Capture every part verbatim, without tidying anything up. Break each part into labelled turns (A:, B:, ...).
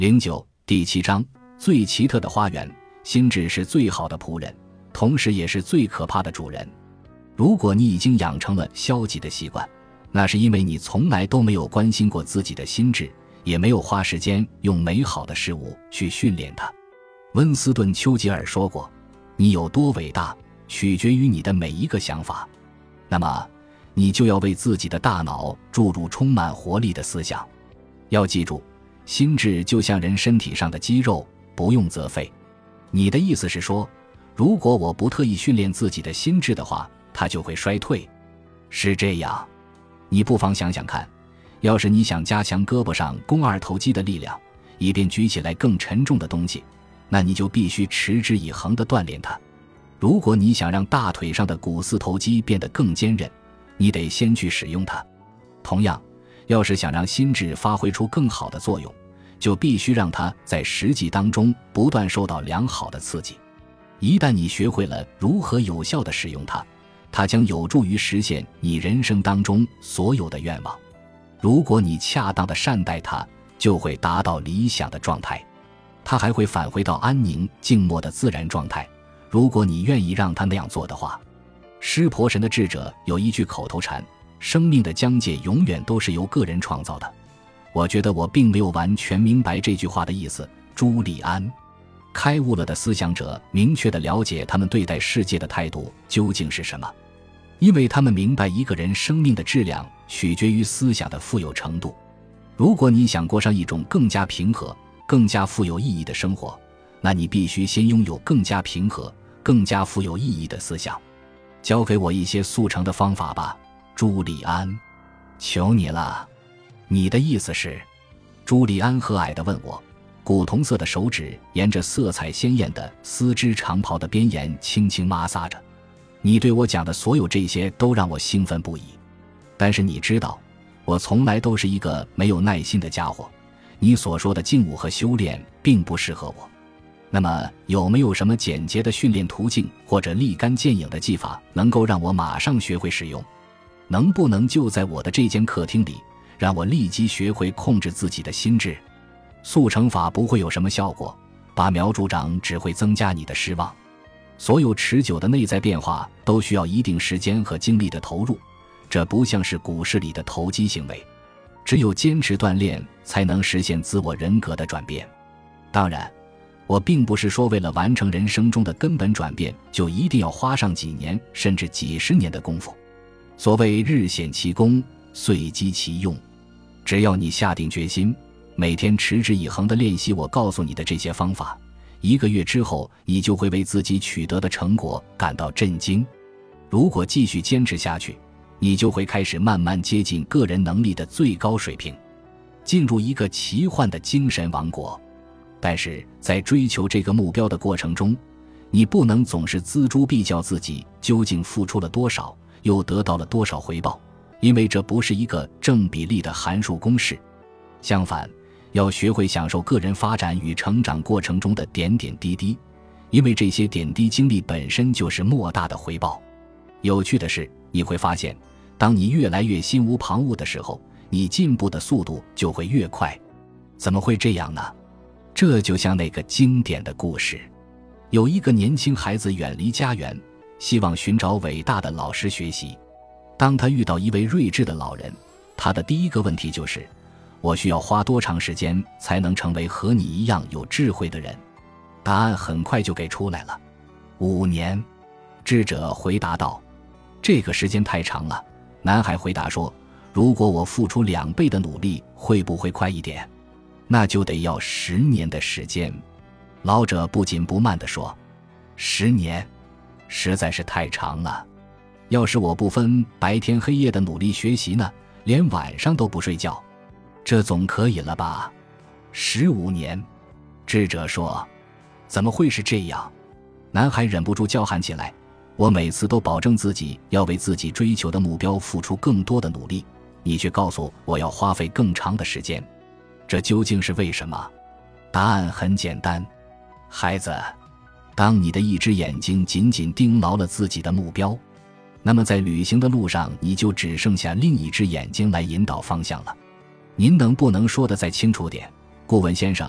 A: 零九第七章最奇特的花园。心智是最好的仆人，同时也是最可怕的主人。如果你已经养成了消极的习惯，那是因为你从来都没有关心过自己的心智，也没有花时间用美好的事物去训练它。温斯顿·丘吉尔说过，你有多伟大取决于你的每一个想法。那么你就要为自己的大脑注入充满活力的思想。要记住，心智就像人身体上的肌肉，不用则废。你的意思是说，如果我不特意训练自己的心智的话，它就会衰退。是这样。你不妨想想看，要是你想加强胳膊上肱二头肌的力量，以便举起来更沉重的东西，那你就必须持之以恒地锻炼它。如果你想让大腿上的股四头肌变得更坚韧，你得先去使用它。同样，要是想让心智发挥出更好的作用，就必须让它在实际当中不断受到良好的刺激。一旦你学会了如何有效地使用它，它将有助于实现你人生当中所有的愿望。如果你恰当地善待它，就会达到理想的状态。它还会返回到安宁静默的自然状态，如果你愿意让它那样做的话。湿婆神的智者有一句口头禅，生命的疆界永远都是由个人创造的。我觉得我并没有完全明白这句话的意思。朱利安。开悟了的思想者明确地了解他们对待世界的态度究竟是什么，因为他们明白一个人生命的质量取决于思想的富有程度。如果你想过上一种更加平和、更加富有意义的生活，那你必须先拥有更加平和、更加富有意义的思想。教给我一些速成的方法吧，朱利安，求你了。你的意思是？朱利安和蔼地问我，古铜色的手指沿着色彩鲜艳的丝织长袍的边沿轻轻摩挲着。你对我讲的所有这些都让我兴奋不已，但是你知道，我从来都是一个没有耐心的家伙，你所说的静武和修炼并不适合我。那么有没有什么简洁的训练途径或者立竿见影的技法能够让我马上学会使用？能不能就在我的这间客厅里，让我立即学会控制自己的心智？速成法不会有什么效果，拔苗助长只会增加你的失望。所有持久的内在变化都需要一定时间和精力的投入，这不像是股市里的投机行为。只有坚持锻炼才能实现自我人格的转变。当然，我并不是说为了完成人生中的根本转变就一定要花上几年甚至几十年的功夫。所谓日显其功，岁积其用，只要你下定决心，每天持之以恒地练习我告诉你的这些方法，一个月之后你就会为自己取得的成果感到震惊。如果继续坚持下去，你就会开始慢慢接近个人能力的最高水平，进入一个奇幻的精神王国。但是在追求这个目标的过程中，你不能总是锱铢必较自己究竟付出了多少，又得到了多少回报，因为这不是一个正比例的函数公式。相反，要学会享受个人发展与成长过程中的点点滴滴，因为这些点滴经历本身就是莫大的回报。有趣的是，你会发现，当你越来越心无旁骛的时候，你进步的速度就会越快。怎么会这样呢？这就像那个经典的故事，有一个年轻孩子远离家园，希望寻找伟大的老师学习。当他遇到一位睿智的老人，他的第一个问题就是，我需要花多长时间才能成为和你一样有智慧的人？答案很快就给出来了，五年。智者回答道。这个时间太长了。男孩回答说，如果我付出两倍的努力，会不会快一点？那就得要十年的时间。老者不紧不慢地说，十年实在是太长了，要是我不分白天黑夜的努力学习呢，连晚上都不睡觉，这总可以了吧？十五年。智者说，怎么会是这样？男孩忍不住叫喊起来，我每次都保证自己要为自己追求的目标付出更多的努力，你却告诉我要花费更长的时间，这究竟是为什么？答案很简单，孩子，当你的一只眼睛紧紧盯牢了自己的目标，那么在旅行的路上你就只剩下另一只眼睛来引导方向了。您能不能说得再清楚点？顾问先生，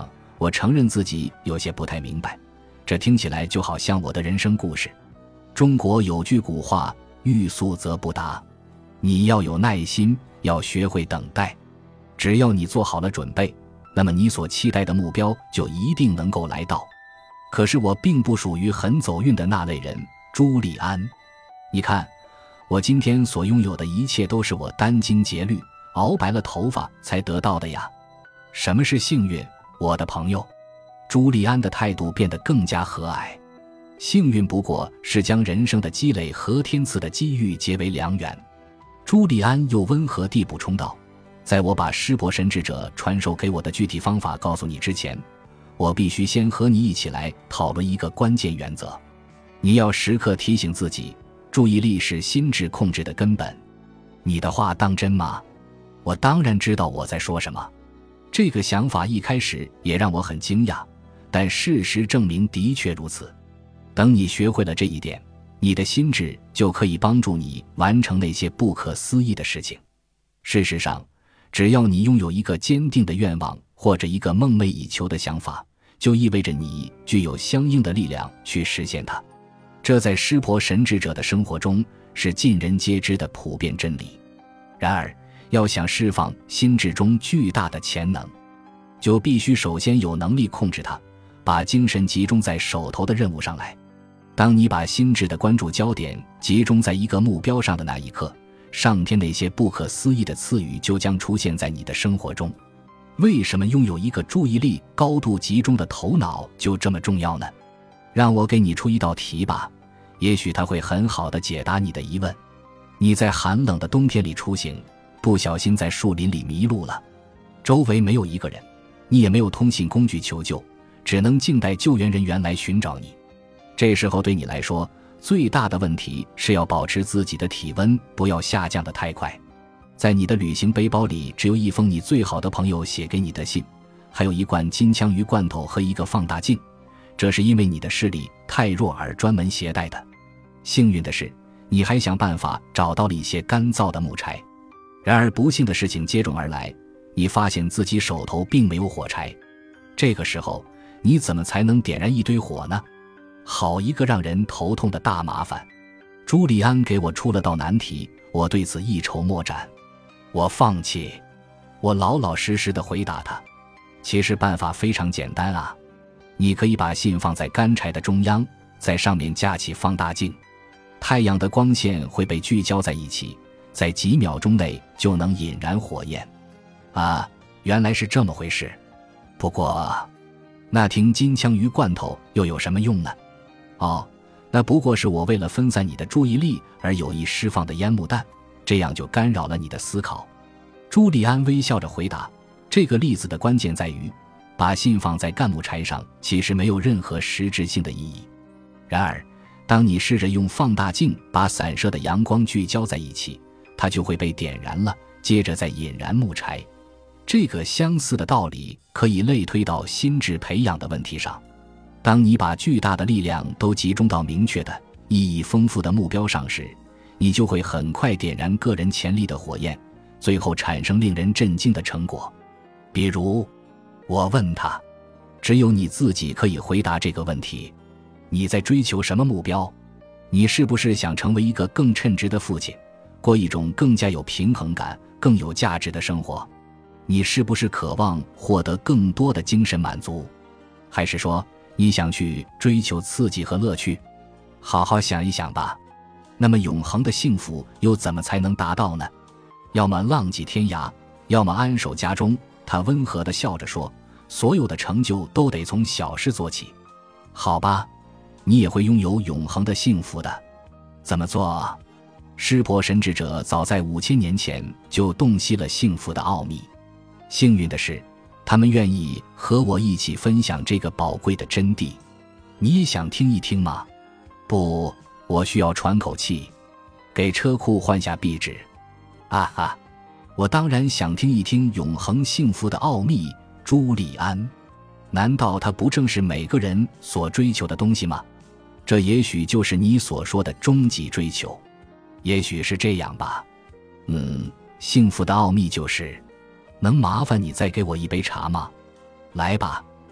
A: 我承认自己有些不太明白，这听起来就好像我的人生故事。中国有句古话，欲速则不达，你要有耐心，要学会等待。只要你做好了准备，那么你所期待的目标就一定能够来到。可是我并不属于很走运的那类人，朱利安。你看，我今天所拥有的一切都是我殚精竭虑，熬白了头发才得到的呀。什么是幸运，我的朋友？朱利安的态度变得更加和蔼。幸运不过是将人生的积累和天赐的机遇结为良缘。朱利安又温和地补充道，在我把湿婆神智者传授给我的具体方法告诉你之前，我必须先和你一起来讨论一个关键原则。你要时刻提醒自己，注意力是心智控制的根本。你的话当真吗？我当然知道我在说什么。这个想法一开始也让我很惊讶，但事实证明的确如此。等你学会了这一点，你的心智就可以帮助你完成那些不可思议的事情。事实上，只要你拥有一个坚定的愿望或者一个梦寐以求的想法，就意味着你具有相应的力量去实现它。这在湿婆神智者的生活中是尽人皆知的普遍真理。然而，要想释放心智中巨大的潜能，就必须首先有能力控制它，把精神集中在手头的任务上来。当你把心智的关注焦点集中在一个目标上的那一刻，上天那些不可思议的赐予就将出现在你的生活中。为什么拥有一个注意力高度集中的头脑就这么重要呢？让我给你出一道题吧，也许它会很好地解答你的疑问。你在寒冷的冬天里出行，不小心在树林里迷路了，周围没有一个人，你也没有通信工具求救，只能静待救援人员来寻找你。这时候对你来说，最大的问题是要保持自己的体温不要下降得太快。在你的旅行背包里只有一封你最好的朋友写给你的信，还有一罐金枪鱼罐头和一个放大镜，这是因为你的视力太弱而专门携带的。幸运的是，你还想办法找到了一些干燥的木柴。然而不幸的事情接踵而来，你发现自己手头并没有火柴。这个时候，你怎么才能点燃一堆火呢？好一个让人头痛的大麻烦。朱利安给我出了道难题，我对此一筹莫展。我放弃。我老老实实地回答他，其实办法非常简单啊，你可以把信放在干柴的中央，在上面架起放大镜，太阳的光线会被聚焦在一起，在几秒钟内就能引燃火焰。啊，原来是这么回事。不过，那听金枪鱼罐头又有什么用呢？哦，那不过是我为了分散你的注意力而有意释放的烟幕弹，这样就干扰了你的思考。朱利安微笑着回答，这个例子的关键在于，把信放在干木柴上其实没有任何实质性的意义。然而，当你试着用放大镜把散射的阳光聚焦在一起，它就会被点燃了，接着再引燃木柴。这个相似的道理可以类推到心智培养的问题上。当你把巨大的力量都集中到明确的、意义丰富的目标上时，你就会很快点燃个人潜力的火焰，最后产生令人震惊的成果。比如，我问他，只有你自己可以回答这个问题，你在追求什么目标？你是不是想成为一个更称职的父亲，过一种更加有平衡感、更有价值的生活？你是不是渴望获得更多的精神满足？还是说你想去追求刺激和乐趣？好好想一想吧。那么永恒的幸福又怎么才能达到呢？要么浪迹天涯，要么安守家中。他温和地笑着说，所有的成就都得从小事做起。好吧，你也会拥有永恒的幸福的。怎么做？湿婆神智者早在五千年前就洞悉了幸福的奥秘。幸运的是，他们愿意和我一起分享这个宝贵的真谛。你也想听一听吗？不，我需要喘口气，给车库换下壁纸。啊哈，我当然想听一听永恒幸福的奥秘，朱利安。难道它不正是每个人所追求的东西吗？这也许就是你所说的终极追求。也许是这样吧。嗯，幸福的奥秘就是……能麻烦你再给我一杯茶吗？来吧，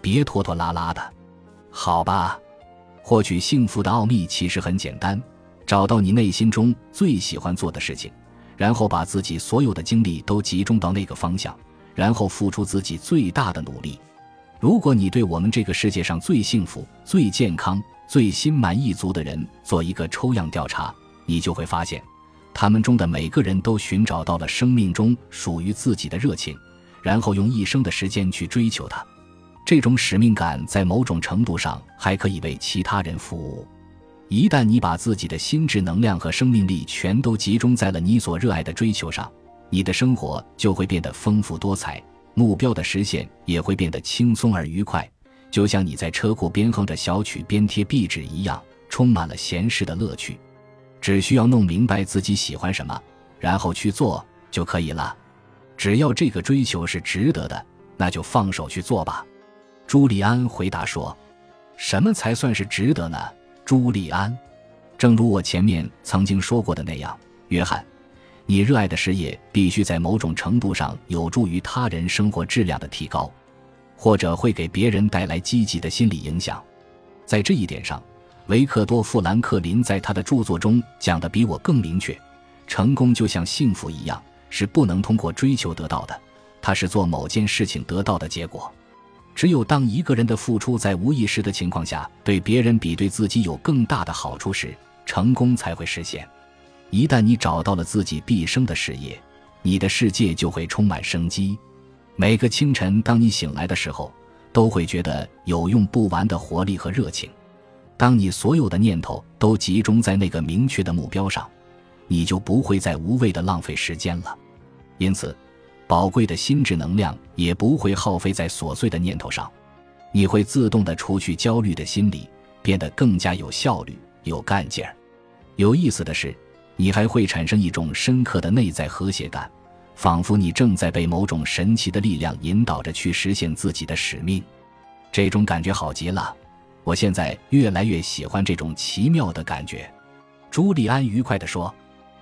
A: 别拖拖拉拉的。好吧，获取幸福的奥秘其实很简单，找到你内心中最喜欢做的事情，然后把自己所有的精力都集中到那个方向，然后付出自己最大的努力。如果你对我们这个世界上最幸福、最健康、最心满意足的人做一个抽样调查，你就会发现他们中的每个人都寻找到了生命中属于自己的热情，然后用一生的时间去追求它。这种使命感在某种程度上还可以为其他人服务。一旦你把自己的心智能量和生命力全都集中在了你所热爱的追求上，你的生活就会变得丰富多彩，目标的实现也会变得轻松而愉快，就像你在车库边哼着小曲边贴壁纸一样，充满了闲适的乐趣。只需要弄明白自己喜欢什么，然后去做就可以了。只要这个追求是值得的，那就放手去做吧。朱利安回答说。什么才算是值得呢？朱利安，正如我前面曾经说过的那样，约翰，你热爱的事业必须在某种程度上有助于他人生活质量的提高，或者会给别人带来积极的心理影响。在这一点上，维克多·富兰克林在他的著作中讲得比我更明确，成功就像幸福一样，是不能通过追求得到的，它是做某件事情得到的结果。只有当一个人的付出在无意识的情况下对别人比对自己有更大的好处时，成功才会实现。一旦你找到了自己毕生的事业，你的世界就会充满生机。每个清晨当你醒来的时候，都会觉得有用不完的活力和热情。当你所有的念头都集中在那个明确的目标上，你就不会再无谓地浪费时间了。因此宝贵的心智能量也不会耗费在琐碎的念头上，你会自动地除去焦虑的心理，变得更加有效率、有干劲儿。有意思的是，你还会产生一种深刻的内在和谐感，仿佛你正在被某种神奇的力量引导着去实现自己的使命。这种感觉好极了，我现在越来越喜欢这种奇妙的感觉。朱利安愉快地说。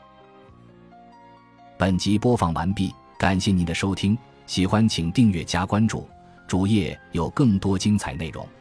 A: 本集播放完毕，感谢您的收听，喜欢请订阅加关注，主页有更多精彩内容。